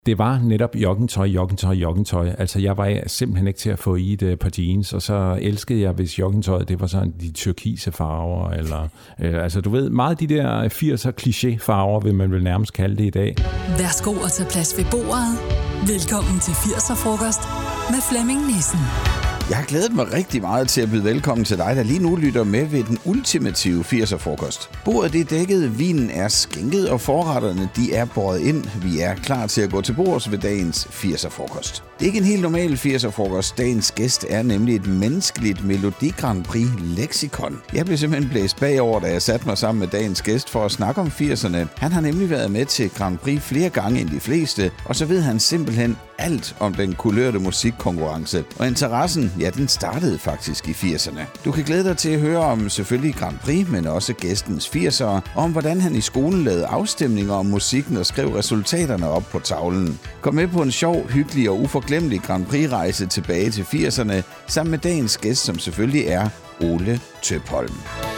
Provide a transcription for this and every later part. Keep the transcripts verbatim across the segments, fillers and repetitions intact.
Det var netop joggingtøj, joggingtøj, joggingtøj. Altså, jeg var simpelthen ikke til at få i et par jeans, og så elskede jeg, hvis joggingtøjet, det var sådan de turkise farver, eller, øh, altså, du ved, meget de der firser kliché-farver, vil man vel nærmest kalde det i dag. Værsgo at tage plads ved bordet. Velkommen til firser-frokost med Flemming Nissen. Jeg har glædet mig rigtig meget til at byde velkommen til dig, der lige nu lytter med ved den ultimative firser-frokost. Bordet det er dækket, vinen er skænket, og forretterne de er båret ind. Vi er klar til at gå til bords ved dagens firser-frokost. Det er ikke en helt normal firser-frokost. Dagens gæst er nemlig et menneskeligt Melodi Grand Prix leksikon. Jeg blev simpelthen blæst bagover, da jeg satte mig sammen med dagens gæst for at snakke om firserne. Han har nemlig været med til Grand Prix flere gange end de fleste, og så ved han simpelthen alt om den kulørte musikkonkurrence. Og interessen, ja, den startede faktisk i firserne. Du kan glæde dig til at høre om selvfølgelig Grand Prix, men også gæstens firsere, og om hvordan han i skolen lavede afstemninger om musikken og skrev resultaterne op på tavlen. Kom med på en sjov, hyggelig og uforglemmelig Grand Prix-rejse tilbage til firserne, sammen med dagens gæst, som selvfølgelig er Ole Tøpholm.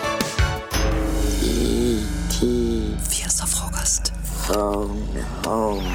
firser-frokost. Phone home.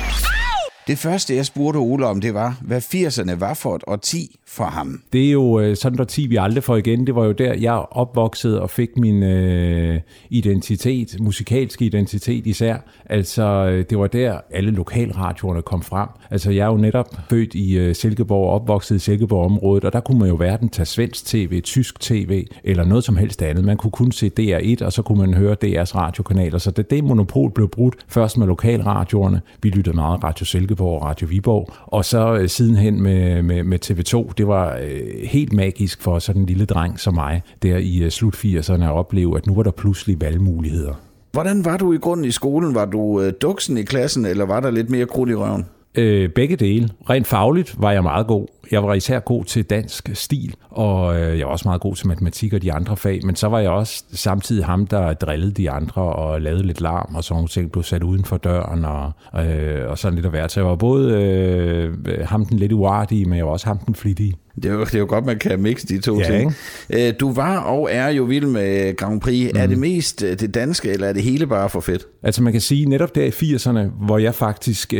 Det første, jeg spurgte Ole om, det var, hvad firserne var for et årti for ham. Det er jo sådan et årti, vi aldrig får igen. Det var jo der, jeg opvoksede og fik min øh, identitet, musikalske identitet især. Altså, det var der, alle lokalradioerne kom frem. Altså, jeg er jo netop født i øh, Silkeborg og opvokset i Silkeborg-området, og der kunne man jo hverken tage svensk tv, tysk tv eller noget som helst andet. Man kunne kun se D R et, og så kunne man høre D R's radiokanaler. Så det, det monopol blev brudt først med lokalradioerne. Vi lyttede meget Radio Silkeborg og Radio Viborg, og så øh, sidenhen med, med, med T V to. Det var øh, helt magisk for sådan en lille dreng som mig, der i øh, slut firserne at opleve, at nu var der pludselig valgmuligheder. Hvordan var du i grunden i skolen? Var du øh, duksen i klassen, eller var der lidt mere krudt i røven? Øh, begge dele. Rent fagligt var jeg meget god. Jeg var især god til dansk stil, og øh, jeg var også meget god til matematik og de andre fag, men så var jeg også samtidig ham, der drillede de andre og lavede lidt larm, og så nogle ting blev sat uden for døren, og, øh, og sådan lidt af hvert. Så jeg var både øh, ham den lidt uartige, men jeg var også ham den flittige. Det er, jo, det er jo godt, man kan mixe de to ja, ting. Ikke? Du var og er jo vild med Grand Prix. Mm. Er det mest det danske, eller er det hele bare for fedt? Altså man kan sige, netop der i firserne, hvor jeg faktisk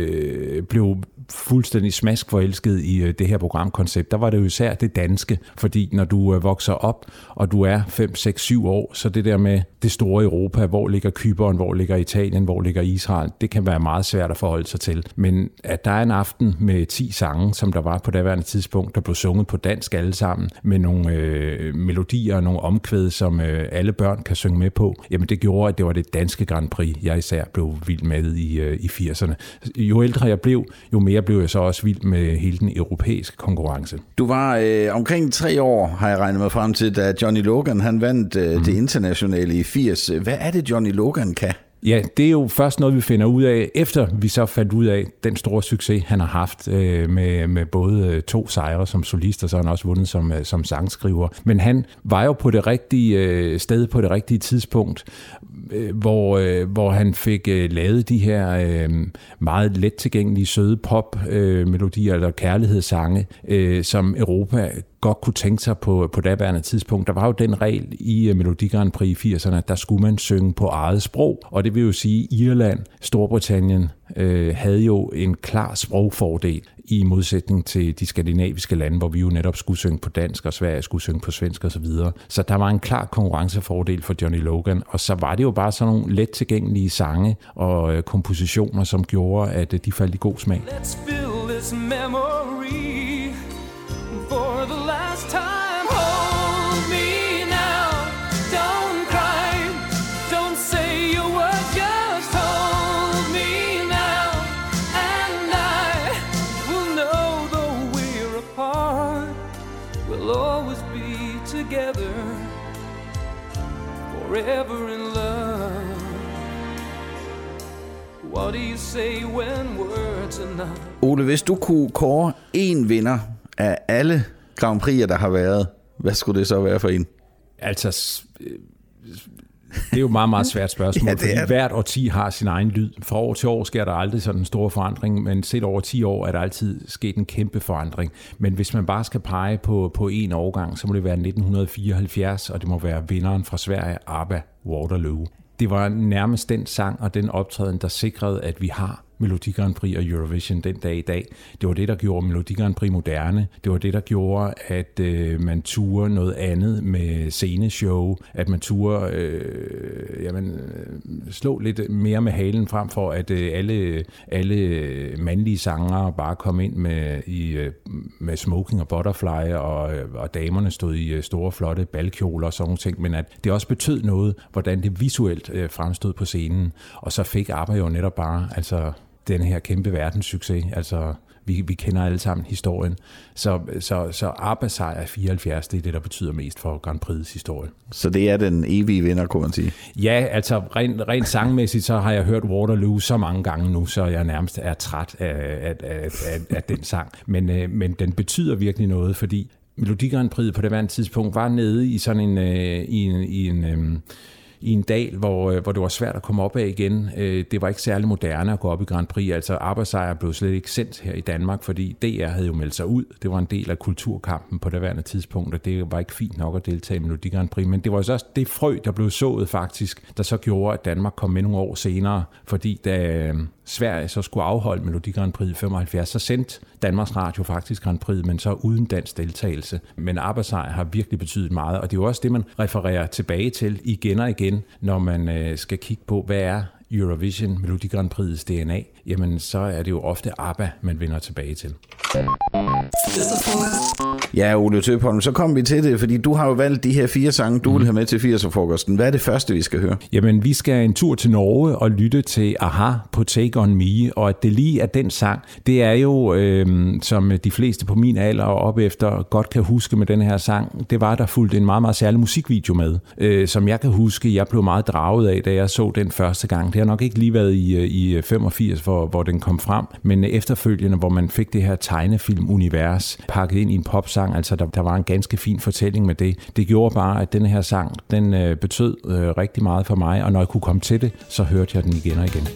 øh, blev fuldstændig smaskforelsket i øh, det her programkoncept, der var det jo især det danske, fordi når du øh, vokser op, og du er fem, seks, syv år, så det der med det store Europa, hvor ligger Cypern, hvor ligger Italien, hvor ligger Israel, det kan være meget svært at forholde sig til. Men at der er en aften med ti sange, som der var på daværende tidspunkt, der blev sunget på dansk alle sammen, med nogle øh, melodier og nogle omkvæd, som øh, alle børn kan synge med på, jamen det gjorde, at det var det danske Grand Prix, jeg især blev vild med i, øh, i firserne. Jo ældre jeg blev, jo mere blev jeg så også vild med hele den europæiske konkurrence. Du var øh, omkring tre år, har jeg regnet mig frem til, da Johnny Logan han vandt øh, mm. det internationale i firs. Hvad er det, Johnny Logan kan? Ja, det er jo først noget, vi finder ud af, efter vi så fandt ud af den store succes, han har haft øh, med, med både to sejre som solist, og så har han også vundet som, som sangskriver. Men han var jo på det rigtige øh, sted, på det rigtige tidspunkt, øh, hvor, øh, hvor han fik øh, lavet de her øh, meget let tilgængelige, søde pop-melodier, øh, eller kærlighedssange, øh, som Europa godt kunne tænke sig på, på daværende tidspunkt. Der var jo den regel i Melodi Grand Prix i firserne, at der skulle man synge på eget sprog, og det vil jo sige, at Irland, Storbritannien øh, havde jo en klar sprogfordel i modsætning til de skandinaviske lande, hvor vi jo netop skulle synge på dansk, og Sverige skulle synge på svensk og så videre. Så der var en klar konkurrencefordel for Johnny Logan, og så var det jo bare sådan nogle let tilgængelige sange og øh, kompositioner, som gjorde, at øh, de faldt i god smag. Let's fill this memory for the last time. Hold me now. Don't cry. Don't say a word. Just hold me now. And I will know though we're apart, we'll always be together. Forever in love. What do you say when words are not? Ole, hvis du kunne kåre en vinder af alle Grand Prix'er, der har været, hvad skulle det så være for en? Altså, det er jo et meget, meget svært spørgsmål, ja, fordi hvert årti har sin egen lyd. Fra år til år sker der aldrig sådan en stor forandring, men set over ti år er der altid sket en kæmpe forandring. Men hvis man bare skal pege på, på en årgang, så må det være nitten fireoghalvfjerds, og det må være vinderen fra Sverige, ABBA, Waterloo. Det var nærmest den sang og den optræden, der sikrede, at vi har Melodi Grand Prix og Eurovision den dag i dag. Det var det, der gjorde Melodi Grand Prix moderne. Det var det, der gjorde, at øh, man turde noget andet med sceneshow, at man turde øh, jamen, slå lidt mere med halen frem for, at øh, alle, alle mandlige sangere bare kom ind med, i, med smoking og butterfly, og, og damerne stod i store, flotte balkjoler og sådan nogle ting, men at det også betød noget, hvordan det visuelt øh, fremstod på scenen. Og så fik ABBA jo netop bare altså, den her kæmpe verdenssucces. Altså, vi, vi kender alle sammen historien. Så, så, så ABBA-sejr fireoghalvfjerds, det er det, der betyder mest for Grand Prix' historie. Så det er den evige vinder, kunne man sige? Ja, altså rent, rent sangmæssigt, så har jeg hørt Waterloo så mange gange nu, så jeg nærmest er træt af, af, af, af, af den sang. Men, øh, men den betyder virkelig noget, fordi Melodi Grand Prix på det andet tidspunkt var nede i sådan en, øh, i en, i en øh, i en dal, hvor, hvor det var svært at komme op af igen. Det var ikke særlig moderne at gå op i Grand Prix. Altså ABBA-sejr blev slet ikke sendt her i Danmark, fordi D R havde jo meldt sig ud. Det var en del af kulturkampen på det værende tidspunkt, og det var ikke fint nok at deltage i Melodi Grand Prix. Men det var så også det frø, der blev sået faktisk, der så gjorde, at Danmark kom med nogle år senere, fordi da Sverige så skulle afholde Melodi Grand Prix i femoghalvfjerds, så sendte Danmarks Radio faktisk Grand Prix, men så uden dansk deltagelse. Men ABBA-sejr har virkelig betydet meget, og det er jo også det, man refererer tilbage til igen og igen, når man øh, skal kigge på, hvad er Eurovision, Melodi Grand Prix' D N A, jamen så er det jo ofte ABBA, man vender tilbage til. Ja, Ole Tøpholm, så kommer vi til det, fordi du har jo valgt de her fire sange, du mm. vil have med til firser-frokosten. Hvad er det første, vi skal høre? Jamen, vi skal en tur til Norge og lytte til a-ha på Take On Me, og at det lige er den sang, det er jo, øh, som de fleste på min alder og op efter godt kan huske med den her sang, det var, der fulgte en meget, meget særlig musikvideo med, øh, som jeg kan huske, jeg blev meget draget af, da jeg så den første gang. Det har nok ikke lige været i, i femogfirs, hvor, hvor den kom frem, men efterfølgende, hvor man fik det her tegnefilmunivers pakket ind i en popsang, altså der, der var en ganske fin fortælling med det. Det gjorde bare, at den her sang, den øh, betød øh, rigtig meget for mig, og når jeg kunne komme til det, så hørte jeg den igen og igen.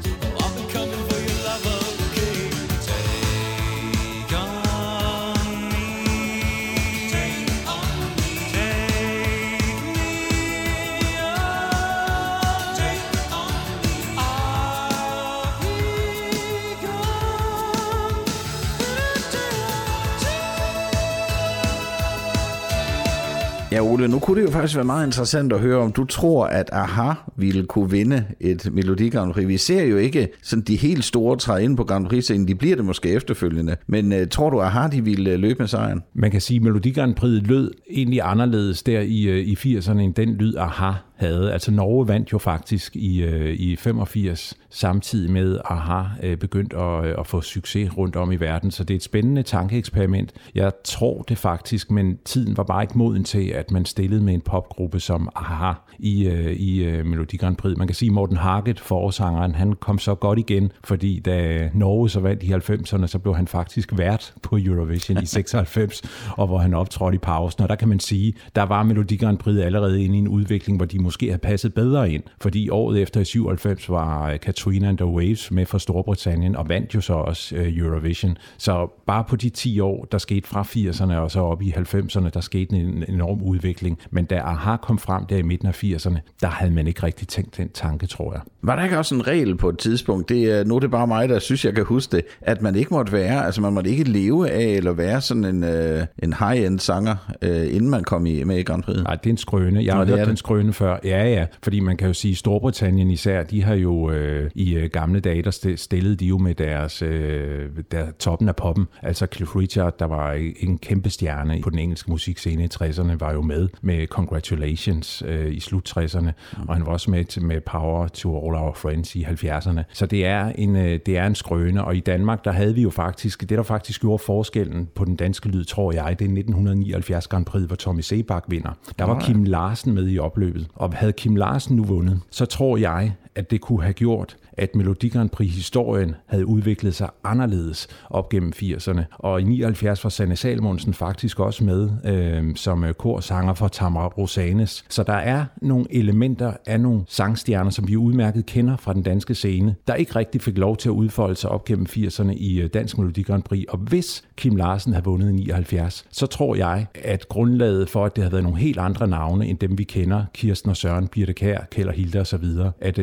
Ja, Ole, nu kunne det jo faktisk være meget interessant at høre, om du tror, at a-ha ville kunne vinde et Melodi Grand Prix. Vi ser jo ikke sådan de helt store træde ind på Grand Prix-scenen. De bliver det måske efterfølgende. Men uh, tror du, at a-ha de ville løbe med sejren? Man kan sige, at Melodi Grand Prix lød egentlig anderledes der i, i firserne, end den lyd a-ha havde. Altså Norge vandt jo faktisk i, i femogfirs, samtidig med a-ha begyndte at, at få succes rundt om i verden. Så det er et spændende tankeeksperiment. Jeg tror det faktisk, men tiden var bare ikke moden til, at man stillede med en popgruppe som a-ha i, i Melodi Grand Prix. Man kan sige, at Morten Harket, forsangeren, han kom så godt igen, fordi da Norge så vandt i halvfemserne, så blev han faktisk vært på Eurovision i seksoghalvfems, og hvor han optrådte i pausen. Og der kan man sige, der var Melodi Grand Prix allerede inde i en udvikling, hvor de måske havde passet bedre ind, fordi året efter i syvoghalvfems var Katrina and the Waves med fra Storbritannien, og vandt jo så også Eurovision. Så bare på de ti år, der skete fra firserne og så op i halvfemserne, der skete en enorm udvikling. Men da a-ha kom frem der i midten af firserne, der havde man ikke rigtig tænkt den tanke, tror jeg. Var der ikke også en regel på et tidspunkt, det er, nu er det bare mig, der synes, jeg kan huske det, at man ikke måtte være, altså man måtte ikke leve af eller være sådan en, øh, en high-end sanger, øh, inden man kom i, med i Grand Prix? Nej, det er en skrøne. Jeg har hørt den skrøne før. Ja, ja, fordi man kan jo sige, at Storbritannien især, de har jo øh, i øh, gamle dage, der stillede de jo med deres øh, der, toppen af poppen. Altså Cliff Richard, der var en kæmpe stjerne på den engelske musikscene i tresserne, var jo med med Congratulations øh, i slut tresserne, mm. og han var også med til, med Power to All Our Friends i halvfjerdserne. Så det er en øh, det er en skrøne, og i Danmark, der havde vi jo faktisk, det der faktisk gjorde forskellen på den danske lyd, tror jeg, det er nitten nioghalvfjerds Grand Prix, hvor Tommy Sebak vinder. Der var Kim Larsen med i opløbet, og havde Kim Larsen nu vundet, så tror jeg, at det kunne have gjort, at Melodi Grand Prix-historien havde udviklet sig anderledes op gennem firserne. Og i nioghalvfjerds var Sanne Salomonsen faktisk også med øh, som korsanger for Tamara Rosanes. Så der er nogle elementer af nogle sangstjerner, som vi udmærket kender fra den danske scene, der ikke rigtig fik lov til at udfolde sig op gennem firserne i Dansk Melodi Grand Prix. Og hvis Kim Larsen havde vundet i nioghalvfjerds, så tror jeg, at grundlaget for, at det havde været nogle helt andre navne, end dem vi kender, Kirsten og Søren, Birthe Kjær, Kjeld og Hilda osv., at øh,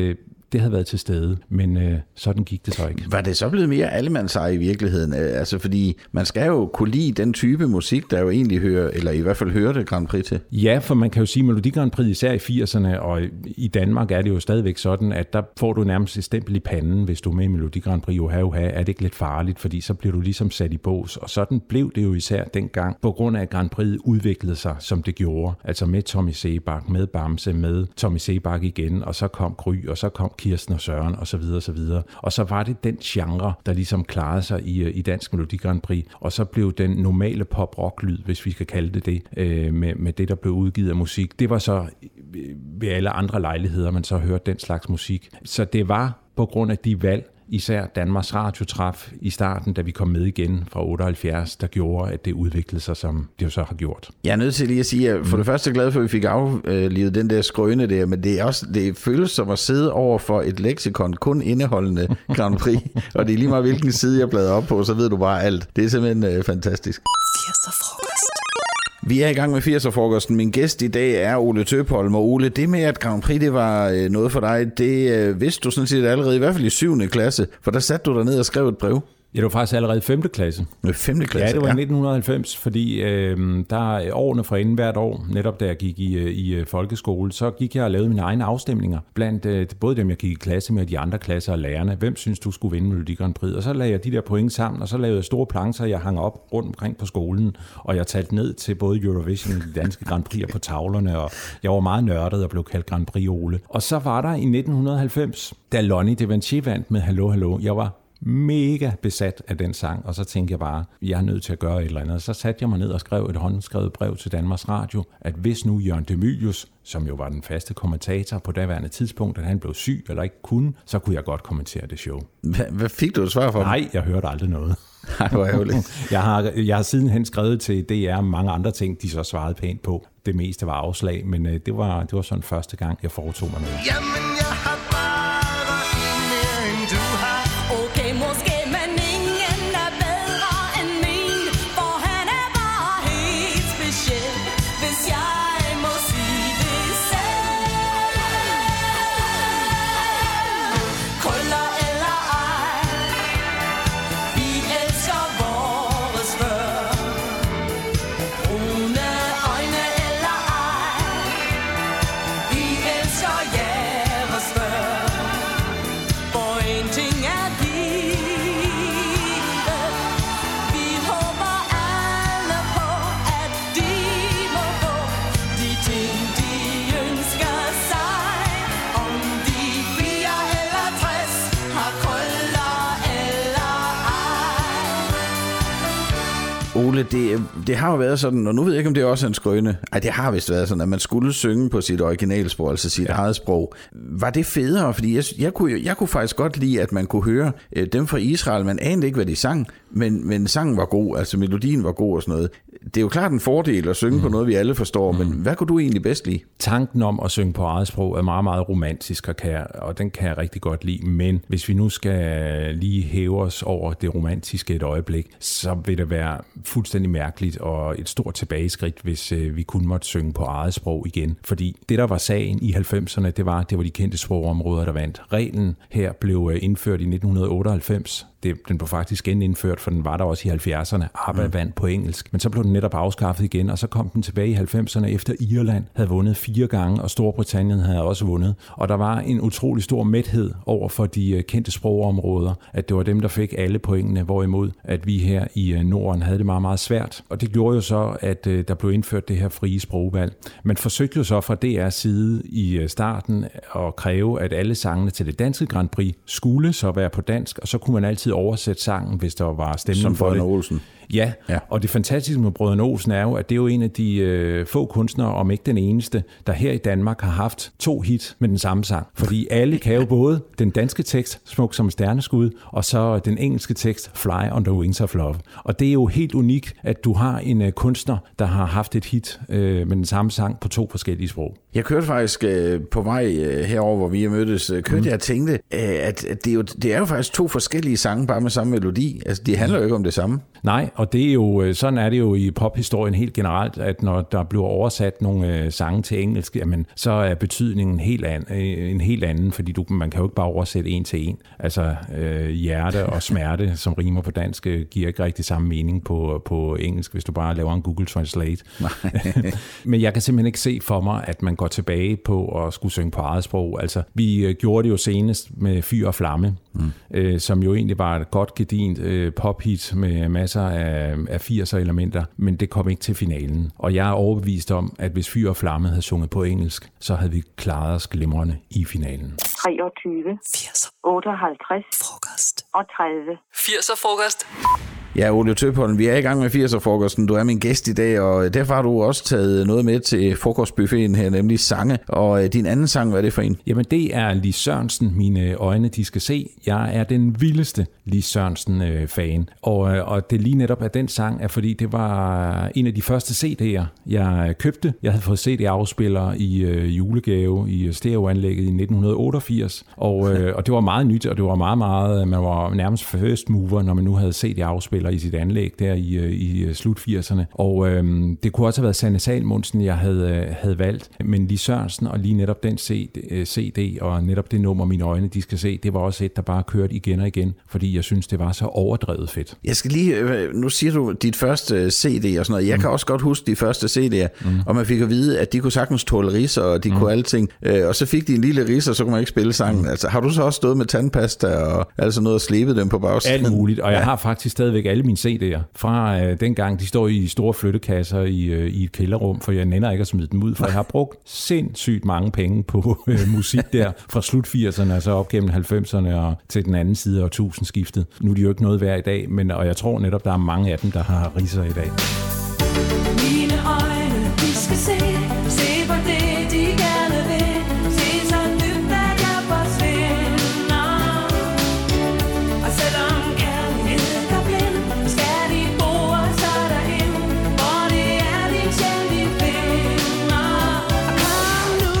det havde været til stede, men øh, sådan gik det så ikke. Var det så blevet mere allemandseje i virkeligheden? Altså fordi man skal jo kunne lide den type musik, der jo egentlig hører, eller i hvert fald hører det Grand Prix til. Ja, for man kan jo sige, at Melodi Grand Prix især i firserne, og i Danmark er det jo stadigvæk sådan, at der får du nærmest et stempel i panden, hvis du er med i Melodi Grand Prix. Uha, uha, er det ikke lidt farligt, fordi så bliver du ligesom sat i bås. Og sådan blev det jo især dengang, på grund af at Grand Prix udviklede sig, som det gjorde. Altså med Tommy Sebak, med Bamse, med Tommy Sebak igen, og så kom Gry, og så kom Kirsten og Søren, og så videre, og så videre. Og så var det den genre, der ligesom klarede sig i, i Dansk Melodi Grand Prix, og så blev den normale pop-rock-lyd, hvis vi skal kalde det det, øh, med, med det, der blev udgivet af musik. Det var så ved alle andre lejligheder, man så hørte den slags musik. Så det var på grund af de valg, især Danmarks Radio traf i starten, da vi kom med igen fra otteoghalvfjerds, der gjorde, at det udviklede sig, som det jo så har gjort. Jeg er nødt til lige at sige, at for det første er glad for, at vi fik aflivet den der skrøne der, men det er også, det føles som at sidde over for et leksikon, kun indeholdende Grand Prix, og det er lige meget, hvilken side jeg bladrer op på, så ved du bare alt. Det er simpelthen øh, fantastisk. Vi er i gang med firser-frokosten. Min gæst i dag er Ole Tøpholm. Og Ole, det med, at Grand Prix det var noget for dig, det vidste du sådan set allerede, i hvert fald i syvende klasse, for der satte du dig ned og skrev et brev. Ja, det var faktisk allerede femte klasse. femte klasse, ja. det var i nitten halvfems, fordi øh, der er årene fra inden hvert år, netop da jeg gik i, i folkeskole, så gik jeg og lavede mine egne afstemninger, blandt øh, både dem, jeg gik i klasse med, de andre klasser og lærerne. Hvem synes, du skulle vinde Melodi Grand Prix? Og så lagde jeg de der point sammen, og så lavede jeg store plancher, jeg hang op rundt omkring på skolen, og jeg talte ned til både Eurovision og de danske Grand Prix'er på tavlerne, og jeg var meget nørdet og blev kaldt Grand Prix Ole. Og så var der i nitten halvfems, da Lonnie Devanché vandt med Hallo Hallo, jeg var mega besat af den sang, og så tænkte jeg bare, jeg er nødt til at gøre et eller andet. Så satte jeg mig ned og skrev et håndskrevet brev til Danmarks Radio, at hvis nu Jørgen de Mylius, som jo var den faste kommentator på daværende tidspunkt, at han blev syg eller ikke kunne, så kunne jeg godt kommentere det show. Hvad, hvad fik du et svar for? Nej, jeg hørte aldrig noget. Nej, hvor ærgerligt. jeg, har, jeg har sidenhen skrevet til D R mange andre ting, de så svarede pænt på. Det meste var afslag, men øh, det, var, det var sådan første gang, jeg foretog mig noget. Jamen, jeg har bare en mere, end du har. Okay, måske, men ingen er bedre end min, for han er bare helt speciel, hvis jeg må sige det selv. Krøller eller ej, vi elsker vores før. Brune øjne eller ej, vi elsker jeres før. For en ting er givet, vi håber alle på, at de må få de ting, de ønsker sig. Om de fire eller tres har krøller eller ej. Ole, det, det har jo været sådan, og nu ved jeg ikke, om det er også en skrøne. Ej, det har vist været sådan, at man skulle synge på sit originalsprog, altså sit ja. eget sprog. Var det federe? Fordi jeg, jeg, kunne, jeg kunne faktisk godt lide, at man kunne høre øh, dem fra Israel. Man anede ikke, hvad de sang, men, men sangen var god, altså melodien var god og sådan noget. Det er jo klart en fordel at synge mm. på noget, vi alle forstår, mm. men hvad kunne du egentlig bedst lide? Tanken om at synge på eget sprog er meget, meget romantisk, og, kan jeg, og den kan jeg rigtig godt lide. Men hvis vi nu skal lige hæve os over det romantiske et øjeblik, så vil det være fuldstændig mærkeligt og et stort tilbageskridt, hvis øh, vi kun måtte synge på eget sprog igen. Fordi det, der var sagen i halvfemserne, det var, det var de kendte sprogområder, der vandt. Reglen her blev indført i nitten otteoghalvfems. Det, den blev faktisk genindført, for den var der også i halvfjerdserne. ABBA mm. vandt på engelsk. Men så blev den netop afskaffet igen, og så kom den tilbage i halvfemserne, efter Irland havde vundet fire gange, og Storbritannien havde også vundet. Og der var en utrolig stor mæthed over for de kendte sprogområder, at det var dem, der fik alle pointene, hvorimod at vi her i Norden havde det meget, meget svært. Og det gjorde jo så, at der blev indført det her frie sprogvalg. Man forsøgte jo så fra D R's side i starten at kræve, at alle sangene til det danske Grand Prix skulle så være på dansk, og så kunne man altid oversætte sangen, hvis der var stemning for det. Som Olsen. Ja, ja, og det fantastiske med Brødrene Olsen er jo, at det er jo en af de øh, få kunstnere, om ikke den eneste, der her i Danmark har haft to hit med den samme sang. Fordi alle kan jo både den danske tekst, Smuk som stjerneskud, og så den engelske tekst, Fly on the Wings of Love. Og det er jo helt unikt, at du har en øh, kunstner, der har haft et hit øh, med den samme sang på to forskellige sprog. Jeg kørte faktisk øh, på vej øh, herover, hvor vi mødtes, øh, kørte mm. jeg og tænkte, øh, at, at det, er jo, det er jo faktisk to forskellige sange, bare med samme melodi. Altså, de handler jo ikke om det samme. Nej, og det er jo, sådan er det jo i pophistorien helt generelt, at når der bliver oversat nogle øh, sange til engelsk, jamen, så er betydningen helt an, øh, en helt anden, fordi du, man kan jo ikke bare oversætte en til en. Altså øh, hjerte og smerte, som rimer på dansk, giver ikke rigtig samme mening på, på engelsk, hvis du bare laver en Google Translate. Men jeg kan simpelthen ikke se for mig, at man går tilbage på at skulle synge på eget sprog. Altså, vi øh, gjorde det jo senest med Fyr og Flamme, mm. øh, som jo egentlig var et godt gedint øh, pophit med masser af, af firser elementer, men det kom ikke til finalen. Og jeg er overbevist om, at hvis Fyr og Flamme havde sunget på engelsk, så havde vi klaret os glimrende i finalen. treogtyve, firs otteoghalvtreds frokost. og tredive. firser frokost. Ja, Ole Tøpholm, vi er i gang med firser-frokosten. Du er min gæst i dag, og derfor har du også taget noget med til frokostbuffeten her, nemlig sange. Og din anden sang, hvad er det for en? Jamen, det er Lis Sørensen, Mine øjne, de skal se. Jeg er den vildeste Lis Sørensen-fan. Og, og det lige netop af den sang er, fordi det var en af de første C D'er, jeg købte. Jeg havde fået C D-afspiller i øh, julegave i stereoanlægget i nitten otteogfirs. Og, øh, og det var meget nyt, og det var meget, meget... Man var nærmest first mover, når man nu havde C D-afspiller i sit anlæg der i, i slut firserne. Og øhm, det kunne også have været Sanne Salmonsen, jeg havde, havde valgt. Men Lis Sørensen og lige netop den C D og netop det nummer, Mine øjne, de skal se, det var også et, der bare kørte igen og igen, fordi jeg synes, det var så overdrevet fedt. Jeg skal lige, nu siger du dit første C D og sådan noget. Jeg mm. kan også godt huske de første C D'er, mm. og man fik at vide, at de kunne sagtens tåle ridser, og de mm. kunne alting. Og så fik de en lille ridser, og så kunne man ikke spille sangen. Mm. Altså, har du så også stået med tandpasta og altså noget og slebet dem på bagsiden? Alt muligt, og jeg ja. har faktisk stadigvæk alle mine C D'er fra øh, dengang. De står i store flyttekasser i, øh, i et kælderrum, for jeg nænder ikke at smide dem ud, for jeg har brugt sindssygt mange penge på øh, musik der fra slut firserne, altså op gennem halvfemserne og til den anden side af tusindskiftet. Nu er de jo ikke noget værd i dag, men, og jeg tror netop, der er mange af dem, der har ridser i dag. Mine øjne, de skal se, se på det, de gerne vil. Se så dybt, at jeg forsvinder. Og selvom kærlighed er blind, skal de bo så derhen, hvor det er din sjæl, vi finder. Og kom nu,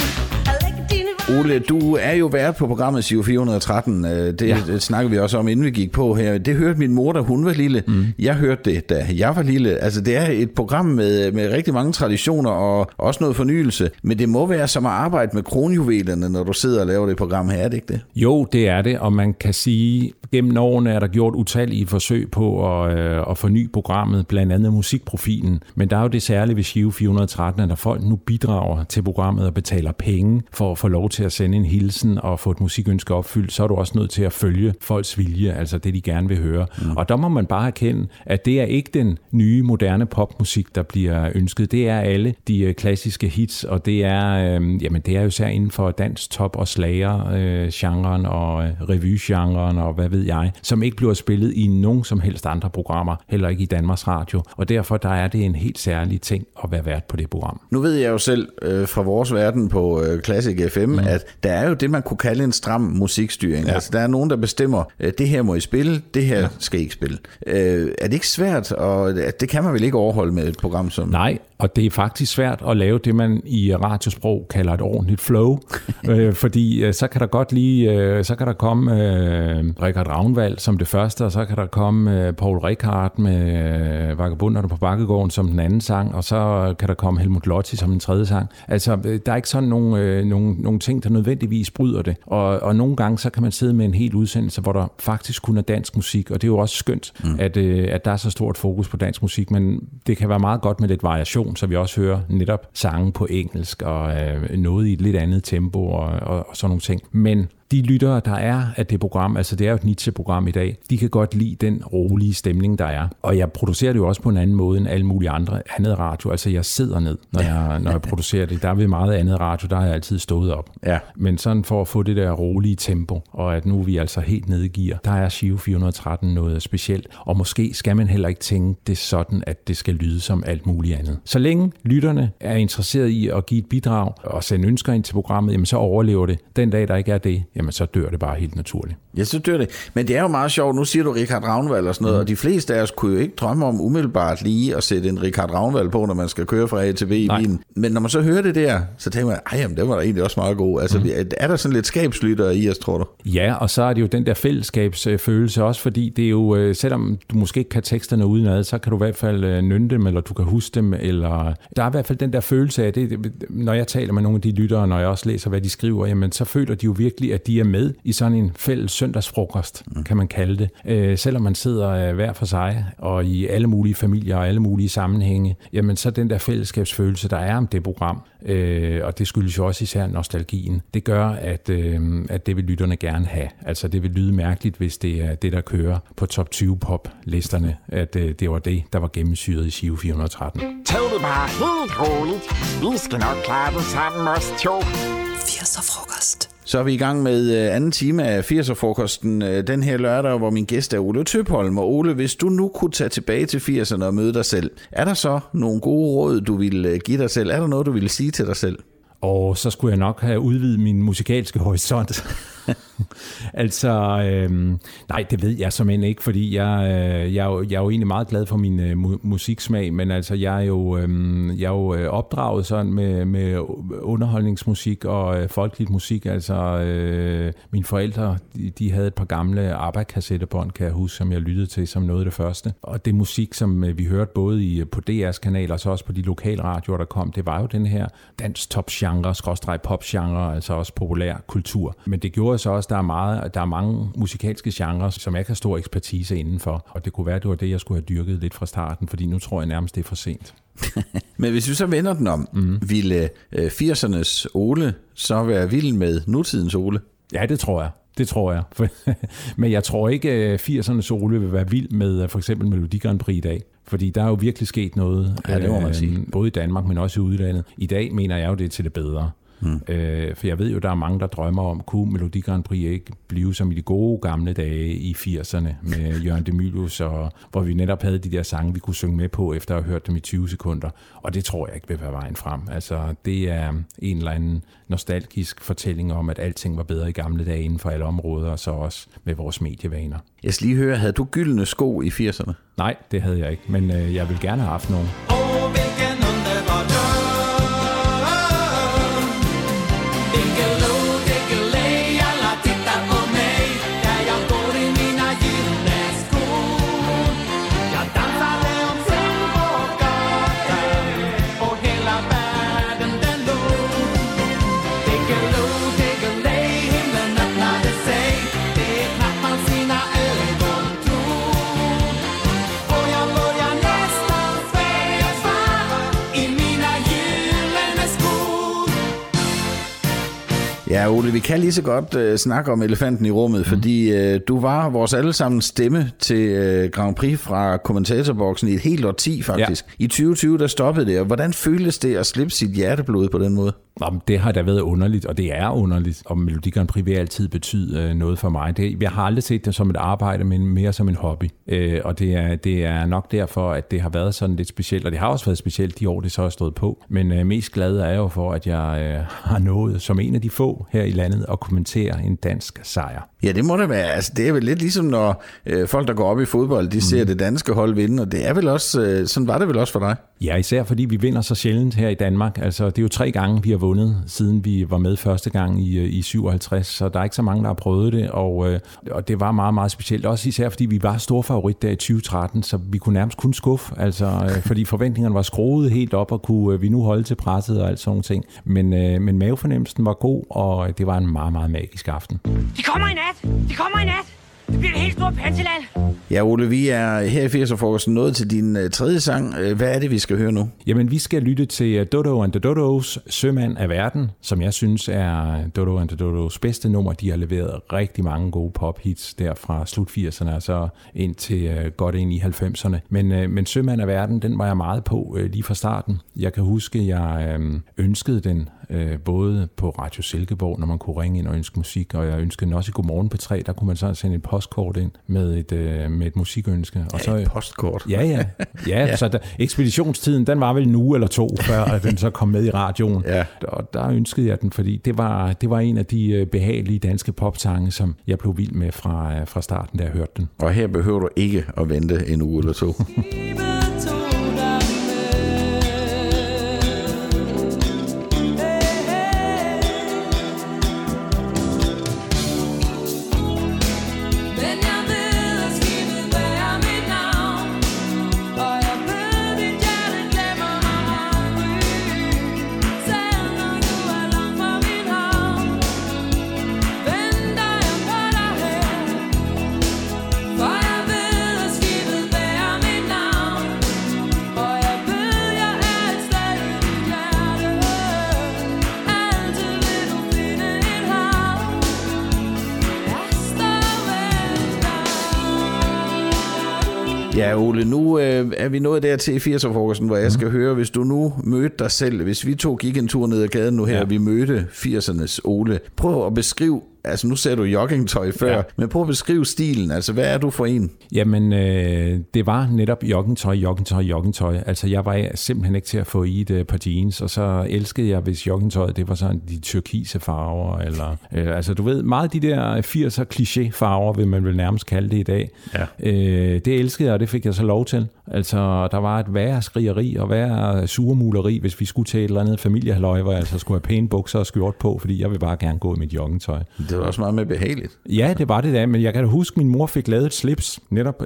og læg dine... Ole, du er jo vært på programmet Giro fire hundrede og tretten. Det, ja. det snakker vi også om, inden vi gik på her. Det hørte min mor, da hun var lille. Mm. Jeg hørte det, da jeg var lille. Altså, det er et program med, med rigtig mange traditioner og også noget fornyelse. Men det må være som at arbejde med kronjuvelerne, når du sidder og laver det program her, er det ikke det? Jo, det er det, og man kan sige, gennem årene er der gjort utallige forsøg på at, øh, at forny programmet, blandt andet musikprofilen. Men der er jo det særlige ved Giro fire hundrede og tretten, at når folk nu bidrager til programmet og betaler penge for at få lov til at sende en hilsen og få et musikønske opfyldt, så er du også nødt til at følge folks vilje, altså det, de gerne vil høre. Mm. Og der må man bare erkende, at det er ikke den nye, moderne popmusik, der bliver ønsket. Det er alle de klassiske hits, og det er, øh, jamen, det er jo især inden for dans, top og slager, øh, genren og øh, revue-genren og hvad ved jeg, som ikke bliver spillet i nogen som helst andre programmer, heller ikke i Danmarks Radio. Og derfor der er det en helt særlig ting at være vært på det program. Nu ved jeg jo selv øh, fra vores verden på øh, Classic F M, mm. at der er jo det, man kunne kalde en stram musikstyring. Ja. Altså, der er nogen, der bestemmer, øh, det her må I spille, det her ja. skal I ikke spille. Øh, er det ikke svært? Og det kan man vel ikke overholde med et program som... Nej, og det er faktisk svært at lave det, man i radiosprog kalder et ordentligt flow. øh, fordi øh, så kan der godt lige, øh, så kan der komme øh, Richard Ravnvald som det første, og så kan der komme øh, Paul Rickard med øh, Vagabunderne på Bakkegården som den anden sang, og så kan der komme Helmut Lotti som den tredje sang. Altså, øh, der er ikke sådan nogle, øh, nogle, nogle ting, der nødvendigvis bryder det. Og, og nogle gange, så kan man sidde med en hel udsendelse, hvor der faktisk kun er dansk musik, og det er jo også skønt, mm. at, øh, at der er så stort fokus på dansk musik, men det kan være meget godt med lidt variation, så vi også hører netop sange på engelsk, og øh, noget i et lidt andet tempo, og, og, og sådan nogle ting. Men de lyttere, der er af det program, altså det er jo et Nietzsche-program i dag, de kan godt lide den rolige stemning, der er. Og jeg producerer det jo også på en anden måde end alle mulige andre andet radio. Altså jeg sidder ned, når jeg, når jeg producerer det. Der er ved meget andet radio, der har jeg altid stået op. Ja. Men sådan for at få det der rolige tempo, og at nu er vi altså helt nede i gear, der er Giro fire hundrede og tretten noget specielt. Og måske skal man heller ikke tænke det sådan, at det skal lyde som alt muligt andet. Så længe lytterne er interesseret i at give et bidrag og sende ønsker ind til programmet, jamen så overlever det. Den dag, der ikke er det, jamen så dør det bare helt naturligt. Jeg synes, det er det. Men det er jo meget sjovt. Nu siger du Richard Ragnvald og sådan noget, mm. og de fleste af os kunne jo ikke drømme om umiddelbart lige at sætte en Richard Ragnvald på, når man skal køre fra A til B i Nej. bilen. Men når man så hører det der, så tænker man, ej, jamen, det var da egentlig også meget god. Altså, mm. er der sådan lidt skabslytter i os, tror du? Ja, og så er det jo den der fællesskabsfølelse også, fordi det er jo, selvom du måske ikke kan teksterne udenad, så kan du i hvert fald nynne dem, eller du kan huske dem, eller der er i hvert fald den der følelse af det, når jeg taler med nogle af de lyttere, når jeg også læser, hvad de skriver, jamen så føler de jo virkelig, at de er med i sådan en fælles søndagsfrokost, mm. kan man kalde det. Øh, selvom man sidder hver for sig, og i alle mulige familier og alle mulige sammenhænge, jamen så den der fællesskabsfølelse, der er om det program, øh, og det skyldes jo også især nostalgien, det gør, at, øh, at det vil lytterne gerne have. Altså det vil lyde mærkeligt, hvis det er det, der kører på top tyve pop-listerne, at øh, det var det, der var gennemsyret i Giro fire hundrede og tretten. Tag det bare helt roligt. Vi skal nok klare det sammen, os to. firser-frokost. Så er vi i gang med anden time af firser-frokosten den her lørdag, hvor min gæst er Ole Tøpholm. Og Ole, hvis du nu kunne tage tilbage til firserne og møde dig selv, er der så nogle gode råd, du ville give dig selv? Er der noget, du ville sige til dig selv? Og så skulle jeg nok have udvidet min musikalske horisont. altså, øhm, nej, det ved jeg simpelthen ikke, fordi jeg, øh, jeg, er jo, jeg er jo egentlig meget glad for min øh, mu- musiksmag, men altså, jeg er jo, øh, jeg er jo opdraget sådan med, med underholdningsmusik og øh, folkeligt musik. Altså, øh, mine forældre, de, de havde et par gamle ABBA-kassettebånd, kan jeg huske, som jeg lyttede til som noget af det første. Og det musik, som øh, vi hørte både i, på D R's kanal og så også på de lokale radioer, der kom, det var jo den her dansk-top-genre, skråstreg pop-genre, altså også populær kultur. Men det gjorde så også, der er, meget, der er mange musikalske genrer, som jeg kan stor ekspertise indenfor. Og det kunne være, det var det, jeg skulle have dyrket lidt fra starten, fordi nu tror jeg nærmest, det er for sent. Men hvis vi så vender den om, mm. ville øh, firsernes Ole så være vild med nutidens Ole? Ja, det tror jeg. Det tror jeg. Men jeg tror ikke, at firsernes Ole vil være vild med for eksempel Melodi Grand Prix i dag. Fordi der er jo virkelig sket noget, ja, det må man sige. Øh, både i Danmark, men også i udlandet. I dag mener jeg jo, det er til det bedre. Hmm. Øh, for jeg ved jo, der er mange, der drømmer om, kunne Melodi Grand Prix ikke blive som i de gode gamle dage i firserne med Jørgen de Mylius, og hvor vi netop havde de der sange, vi kunne synge med på, efter at have hørt dem i tyve sekunder. Og det tror jeg ikke vil være vejen frem. Altså, det er en eller anden nostalgisk fortælling om, at alting var bedre i gamle dage inden for alle områder, og så også med vores medievaner. Jeg skal lige høre, havde du gyldne sko i firserne? Nej, det havde jeg ikke, men øh, jeg vil gerne have haft nogle. Åh, hvilken underbar drøm. Diggiloo, diggiley, alla tittar på mig, där jag går i mina gyllene skor. Jag dansade omkring på gatan och hela världen den låg. Diggiloo, diggiley, himlen öppnade sig, det är knappt man sina ögon tror. Och jag börjar nästan sväva i mina gyllene skor. Ja, Ole, vi kan lige så godt uh, snakke om elefanten i rummet, mm. fordi uh, du var vores allesammens stemme til uh, Grand Prix fra kommentatorboksen i et helt årti faktisk. Ja. I tyve tyve, der stoppede det, og hvordan føltes det at slippe sit hjerteblod på den måde? Jamen, det har da været underligt, og det er underligt, og Melodi Grand Prix vil altid betyde øh, noget for mig. Det, jeg har aldrig set det som et arbejde, men mere som en hobby. Øh, og det er, det er nok derfor, at det har været sådan lidt specielt, og det har også været specielt de år, det så har stået på. Men øh, mest glad er jeg jo for, at jeg øh, har nået som en af de få her i landet at kommentere en dansk sejr. Ja, det må det være. Altså, det er vel lidt ligesom, når øh, folk, der går op i fodbold, de mm. ser det danske hold vinde, og det er vel også, øh, sådan var det vel også for dig? Ja, især fordi vi vinder så sjældent her i Danmark. Altså, det er jo tre gange, vi har vundet, siden vi var med første gang i, i syvoghalvtreds, så der er ikke så mange, der har prøvet det, og, øh, og det var meget, meget specielt. Også især fordi vi var store favorit der i tyve tretten, så vi kunne nærmest kun skuffe, altså, øh, fordi forventningerne var skruet helt op, og kunne øh, vi nu holde til presset og alt sådan nogle ting. Men, øh, men mavefornemmelsen var god, og det var en meget, meget magisk aften. De kommer i nat! De kommer i nat! Det bliver et helt stort panseland! Ja, Ole, vi er her i firser-frokosten nået til din uh, tredje sang. Hvad er det, vi skal høre nu? Jamen, vi skal lytte til Dodo and the Dodos, Sømand af verden, som jeg synes er Dodo and the Dodos bedste nummer. De har leveret rigtig mange gode pophits der fra slut firserne, altså ind til uh, godt ind i halvfemserne. Men, uh, men Sømand af verden, den var jeg meget på uh, lige fra starten. Jeg kan huske, jeg uh, ønskede den øh, både på Radio Silkeborg, når man kunne ringe ind og ønske musik, og jeg ønskede den også i Godmorgen P tre, der kunne man så sende et postkort ind med et, øh, med et musikønske. Og Ja, så, et postkort. Ja, ja. ja, ja. Så der, ekspeditionstiden, den var vel en uge eller to, før at den så kom med i radioen. Ja. Og der ønskede jeg den, fordi det var, det var en af de behagelige danske popsange, som jeg blev vild med fra, fra starten, da jeg hørte den. Og her behøver du ikke at vente en uge eller to. Ja, Ole, nu øh, er vi nået der til firser-frokosten, hvor jeg skal mm. høre, hvis du nu mødte dig selv, hvis vi to gik en tur ned ad gaden nu her, ja. og vi mødte firsernes Ole. Prøv at beskrive, altså nu ser du joggingtøj før, ja. men prøv at beskrive stilen, altså hvad er du for en? Jamen, øh, det var netop joggingtøj, joggingtøj, joggingtøj. Altså jeg var simpelthen ikke til at få i et øh, par jeans, og så elskede jeg, hvis joggingtøjet, det var sådan de turkise farver, eller øh, altså du ved, meget de der firser kliché-farver, vil man vel nærmest kalde det i dag. Ja. Øh, det elskede jeg, og det fik jeg så lov til. Altså, der var et værre skrigeri og værre surmuleri, hvis vi skulle til et eller andet familiehalløj, hvor jeg altså skulle have pæne bukser og skjort på, fordi jeg vil bare gerne gå i mit joggingtøj. Det var også meget mere behageligt. Ja, det var det da, men jeg kan da huske, at min mor fik lavet et slips, netop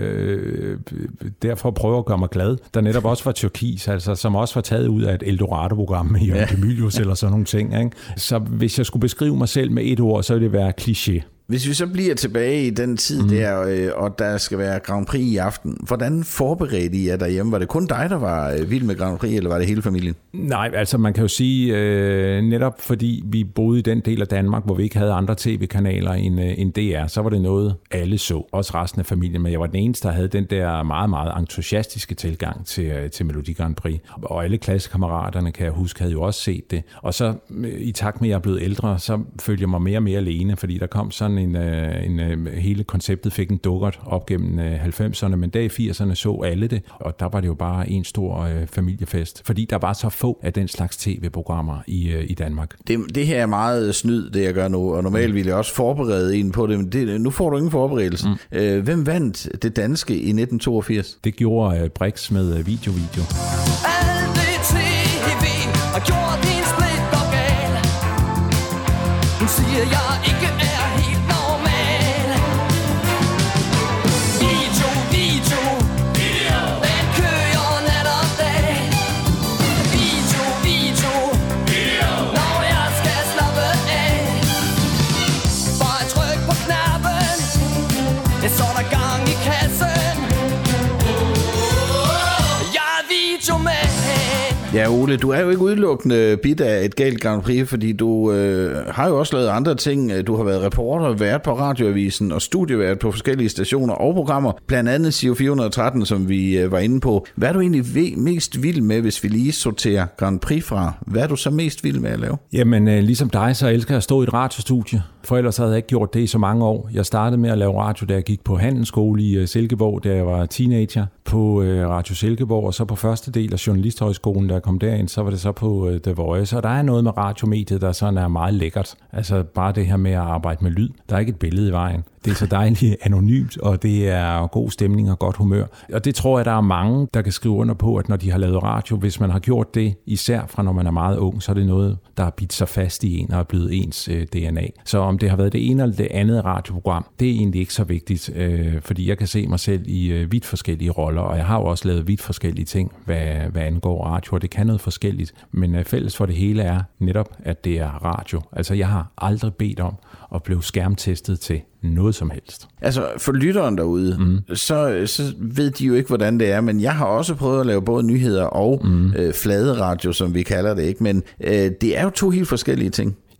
øh, derfor at prøve at gøre mig glad, der netop også var turkis, altså, som også var taget ud af et Eldorado-program med Jørgen ja. Demilius eller sådan nogle ting. Ikke? Så hvis jeg skulle beskrive mig selv med et ord, så ville det være kliché. Hvis vi så bliver tilbage i den tid mm. der, øh, og der skal være Grand Prix i aften, hvordan forberedte I jer derhjemme? Var det kun dig, der var øh, vild med Grand Prix, eller var det hele familien? Nej, altså man kan jo sige, øh, netop fordi vi boede i den del af Danmark, hvor vi ikke havde andre tv-kanaler end, øh, end D R, så var det noget, alle så. Også resten af familien, men jeg var den eneste, der havde den der meget, meget entusiastiske tilgang til, øh, til Melodi Grand Prix. Og alle klassekammeraterne, kan jeg huske, havde jo også set det. Og så øh, i takt med, at jeg er blevet ældre, så følte jeg mig mere og mere alene, fordi der kom sådan en, en, en, hele konceptet fik en dukkert op gennem halvfemserne, men der i firserne så alle det, og der var det jo bare en stor øh, familiefest, fordi der var så få af den slags tv-programmer i, øh, i Danmark. Det, det her er meget snyd, det jeg gør nu, og normalt ville jeg også forberede en på det, men det, nu får du ingen forberedelse. Mm. Øh, hvem vandt det danske i nitten toogfirs? Det gjorde øh, Brix med øh, video-video. Alt det tv har gjort din split og gal. Nu siger jeg ikke er helt normal. Video, video, video. Den kører nat og dag. Video, video, video. Når jeg skal slappe af. Bare tryk på knappen, så er der gang i kassen. Jeg er videoman. Ja, Ole, du er jo ikke udelukkende bit af et galt Grand Prix, fordi du øh, har jo også lavet andre ting. Du har været reporter, vært på Radioavisen og studievært på forskellige stationer og programmer, blandt andet Giro fire hundrede og tretten, som vi øh, var inde på. Hvad er du egentlig mest vild med, hvis vi lige sorterer Grand Prix fra? Hvad er du så mest vild med at lave? Jamen, øh, ligesom dig, så elsker jeg at stå i et radiostudie, for ellers havde jeg ikke gjort det i så mange år. Jeg startede med at lave radio, da jeg gik på handelsskole i øh, Silkeborg, da jeg var teenager, på øh, Radio Silkeborg, og så på første del af Journalisthøjskolen, da jeg kom derind, så var det så på øh, The Voice, og der er noget med radiomediet, der sådan er meget lækkert. Altså bare det her med at arbejde med lyd. Der er ikke et billede i vejen. Det er så dejligt anonymt, og det er god stemning og godt humør. Og det tror jeg, der er mange, der kan skrive under på, at når de har lavet radio, hvis man har gjort det, især fra når man er meget ung, så er det noget, der har bidt sig fast i en og er blevet ens øh, D N A. Så om det har været det ene eller det andet radioprogram, det er egentlig ikke så vigtigt, øh, fordi jeg kan se mig selv i øh, vidt forskellige roller, og jeg har jo også lavet vidt forskellige ting, hvad, hvad angår radio, og det kan noget forskelligt. Men øh, fælles for det hele er netop, at det er radio. Altså jeg har aldrig bedt om at blive skærmtestet til noget som helst. Altså for lytteren derude, mm. så, så ved de jo ikke, hvordan det er, men jeg har også prøvet at lave både nyheder og mm. øh, flade radio, som vi kalder det, ikke? Men øh, det er jo to helt forskellige ting.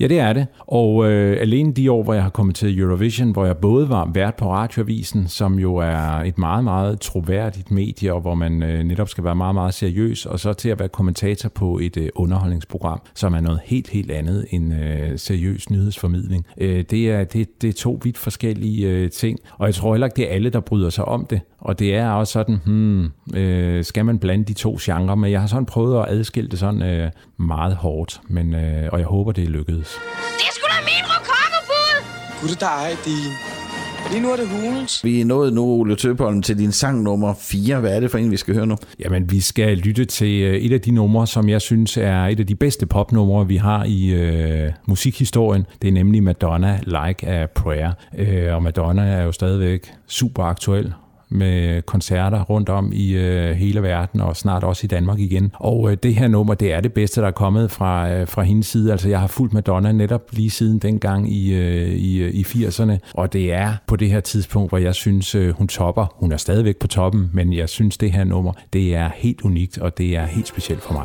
Ja, det er det. Og øh, alene de år, hvor jeg har kommet til Eurovision, hvor jeg både var vært på Radioavisen, som jo er et meget, meget troværdigt medie, og hvor man øh, netop skal være meget, meget seriøs, og så til at være kommentator på et øh, underholdningsprogram, som er noget helt, helt andet end øh, seriøs nyhedsformidling. Øh, det, er, det, det er to vidt forskellige øh, ting, og jeg tror heller ikke, det er alle, der bryder sig om det. Og det er også sådan, hmm, øh, skal man blande de to genrer, men jeg har sådan prøvet at adskille det sådan øh, meget hårdt, men, øh, og jeg håber, det er lykkedes. Det er sgu da min rokokkerbud! Gud, der er din. Lige nu er det hulens. Vi er nået nu, Ole Tøpholm, til din sang nummer fire. Hvad er det for en, vi skal høre nu? Jamen, vi skal lytte til et af de numre, som jeg synes er et af de bedste popnumre, vi har i øh, musikhistorien. Det er nemlig Madonna, Like a Prayer. Øh, og Madonna er jo stadigvæk super aktuel med koncerter rundt om i øh, hele verden, og snart også i Danmark igen. Og øh, det her nummer, det er det bedste, der er kommet fra, øh, fra hendes side. Altså, jeg har fulgt Madonna netop lige siden dengang i, øh, i, i firserne, og det er på det her tidspunkt, hvor jeg synes, øh, hun topper. Hun er stadigvæk på toppen, men jeg synes, det her nummer, det er helt unikt, og det er helt specielt for mig.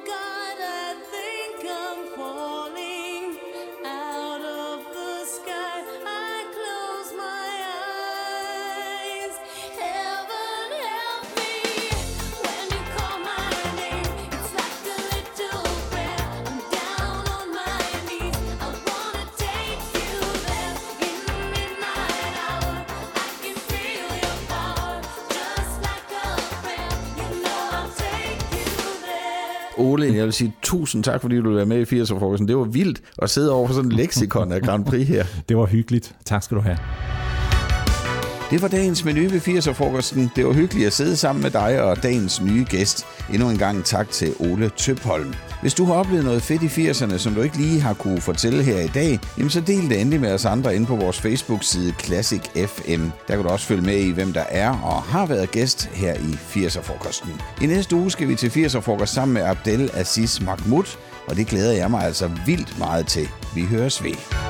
Ole, jeg vil sige tusind tak, fordi du ville være med i firser-frokosten. Det var vildt at sidde over for sådan en leksikon af Grand Prix her. Det var hyggeligt. Tak skal du have. Det var dagens menu ved firser-frokosten. Det var hyggeligt at sidde sammen med dig og dagens nye gæst. Endnu en gang tak til Ole Tøpholm. Hvis du har oplevet noget fedt i firserne, som du ikke lige har kunne fortælle her i dag, jamen så del det endelig med os andre inde på vores Facebook-side Classic F M. Der kan du også følge med i, hvem der er og har været gæst her i firser-frokosten. I næste uge skal vi til firser-frokost sammen med Abdel Aziz Mahmoud, og det glæder jeg mig altså vildt meget til. Vi høres ved.